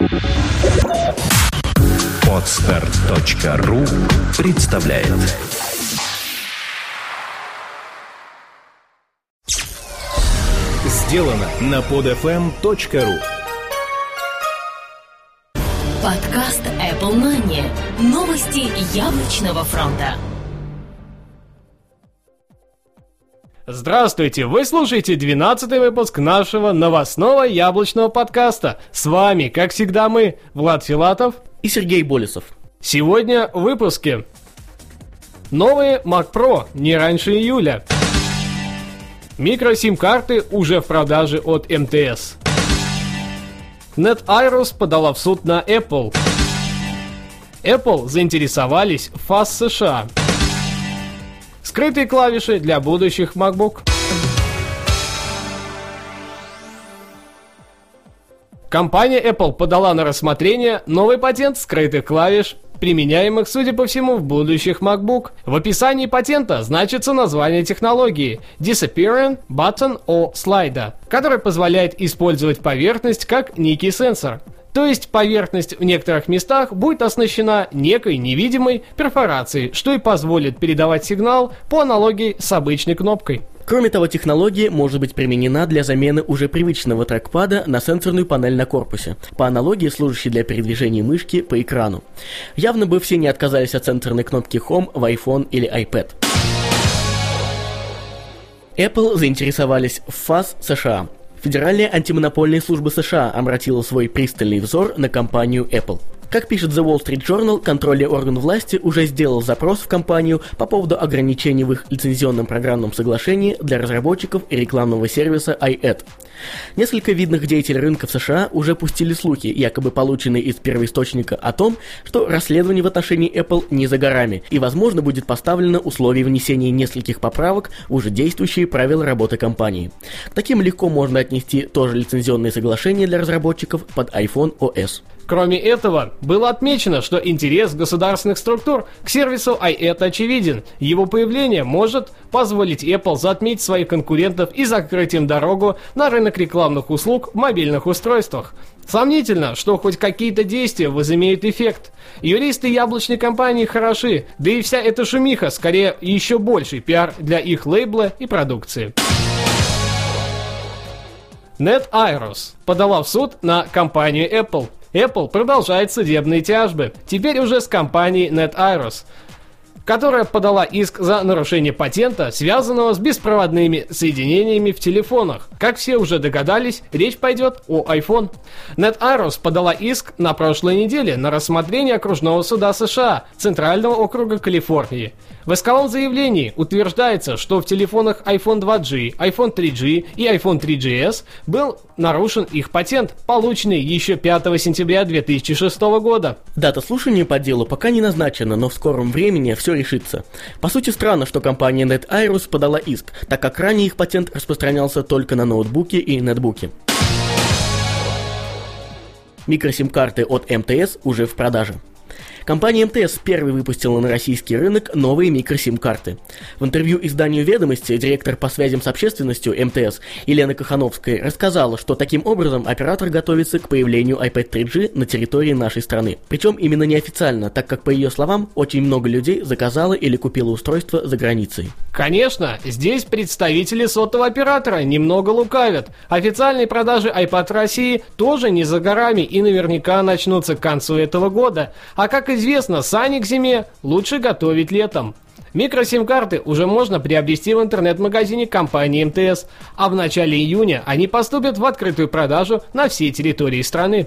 Podster.ru представляет. Сделано на podfm.ru. Подкаст Apple Money. Новости яблочного фронта. Здравствуйте! Вы слушаете 12-й выпуск нашего новостного яблочного подкаста. С вами, как всегда, мы, Влад Филатов и Сергей Болесов. Сегодня в выпуске. Новые Mac Pro не раньше июля. Микро-сим-карты уже в продаже от МТС. NetIros подала в суд на Apple. Apple заинтересовались FAS США. Скрытые клавиши для будущих MacBook. Компания Apple подала на рассмотрение новый патент скрытых клавиш, применяемых, судя по всему, в будущих MacBook. В описании патента значится название технологии Disappearing Button or Slider, который позволяет использовать поверхность как некий сенсор. То есть поверхность в некоторых местах будет оснащена некой невидимой перфорацией, что и позволит передавать сигнал по аналогии с обычной кнопкой. Кроме того, технология может быть применена для замены уже привычного трекпада на сенсорную панель на корпусе, по аналогии служащей для передвижения мышки по экрану. Явно бы все не отказались от сенсорной кнопки Home в iPhone или iPad. Apple заинтересовались в FAS США. Федеральная антимонопольная служба США обратила свой пристальный взор на компанию Apple. Как пишет The Wall Street Journal, контрольный орган власти уже сделал запрос в компанию по поводу ограничений в их лицензионном программном соглашении для разработчиков и рекламного сервиса iAd. Несколько видных деятелей рынка в США уже пустили слухи, якобы полученные из первоисточника, о том, что расследование в отношении Apple не за горами, и, возможно, будет поставлено условие внесения нескольких поправок в уже действующие правила работы компании. К таким легко можно отнести тоже лицензионные соглашения для разработчиков под iPhone OS. Кроме этого, было отмечено, что интерес государственных структур к сервису iAd очевиден. Его появление может позволить Apple затмить своих конкурентов и закрыть им дорогу на рынок рекламных услуг в мобильных устройствах. Сомнительно, что хоть какие-то действия возымеют эффект. Юристы яблочной компании хороши, да и вся эта шумиха скорее еще больший пиар для их лейбла и продукции. NetIros подала в суд на компанию Apple. Apple продолжает судебные тяжбы, теперь уже с компанией NetIros, которая подала иск за нарушение патента, связанного с беспроводными соединениями в телефонах. Как все уже догадались, речь пойдет о iPhone. NetIros подала иск на прошлой неделе на рассмотрение окружного суда США, Центрального округа Калифорнии. В исковом заявлении утверждается, что в телефонах iPhone 2G, iPhone 3G и iPhone 3GS был нарушен их патент, полученный еще 5 сентября 2006 года. Дата слушания по делу пока не назначена, но в скором времени все решится. По сути, странно, что компания NetIros подала иск, так как ранее их патент распространялся только на ноутбуки и нетбуки. Микросим-карты от МТС уже в продаже. Компания МТС первой выпустила на российский рынок новые микросим-карты. В интервью изданию «Ведомости» директор по связям с общественностью МТС Елена Кахановская рассказала, что таким образом оператор готовится к появлению iPad 3G на территории нашей страны. Причем именно неофициально, так как, по ее словам, очень много людей заказало или купило устройство за границей. Конечно, здесь представители сотового оператора немного лукавят. Официальные продажи iPad в России тоже не за горами и наверняка начнутся к концу этого года. А как известно, сани к зиме лучше готовить летом. Микросим-карты уже можно приобрести в интернет-магазине компании МТС, а в начале июня они поступят в открытую продажу на всей территории страны.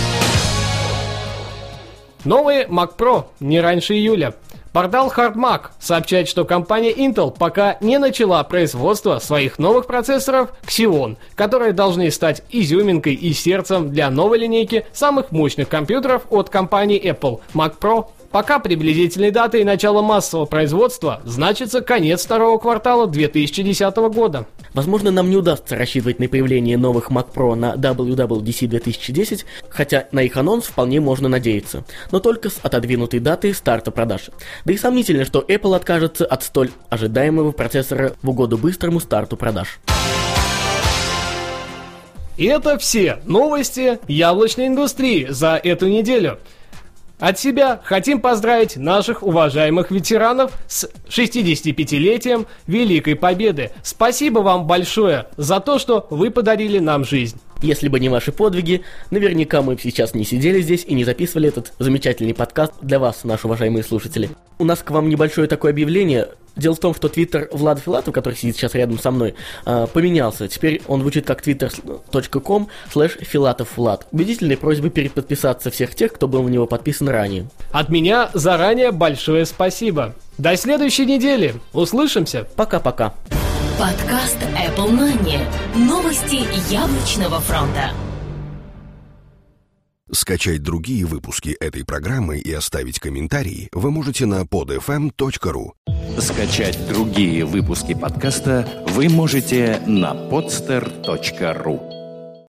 Новые Mac Pro не раньше июля. Портал HardMac сообщает, что компания Intel пока не начала производство своих новых процессоров Xeon, которые должны стать изюминкой и сердцем для новой линейки самых мощных компьютеров от компании Apple Mac Pro. Пока приблизительной датой начала массового производства значится конец второго квартала 2010 года. Возможно, нам не удастся рассчитывать на появление новых Mac Pro на WWDC 2010, хотя на их анонс вполне можно надеяться, но только с отодвинутой датой старта продаж. Да и сомнительно, что Apple откажется от столь ожидаемого процессора в угоду быстрому старту продаж. И это все новости яблочной индустрии за эту неделю. От себя хотим поздравить наших уважаемых ветеранов с 65-летием Великой Победы. Спасибо вам большое за то, что вы подарили нам жизнь. Если бы не ваши подвиги, наверняка мы сейчас не сидели здесь и не записывали этот замечательный подкаст для вас, наши уважаемые слушатели. У нас к вам небольшое такое объявление. Дело в том, что твиттер Влада Филатова, который сидит сейчас рядом со мной, поменялся. Теперь он звучит как twitter.com/FilatoВлад. Убедительной просьбой переподписаться всех тех, кто был на него подписан ранее. От меня заранее большое спасибо. До следующей недели. Услышимся. Пока-пока. Подкаст Apple Money. Новости яблочного фронта. Скачать другие выпуски этой программы и оставить комментарии вы можете на podfm.ru. Скачать другие выпуски подкаста вы можете на podster.ru.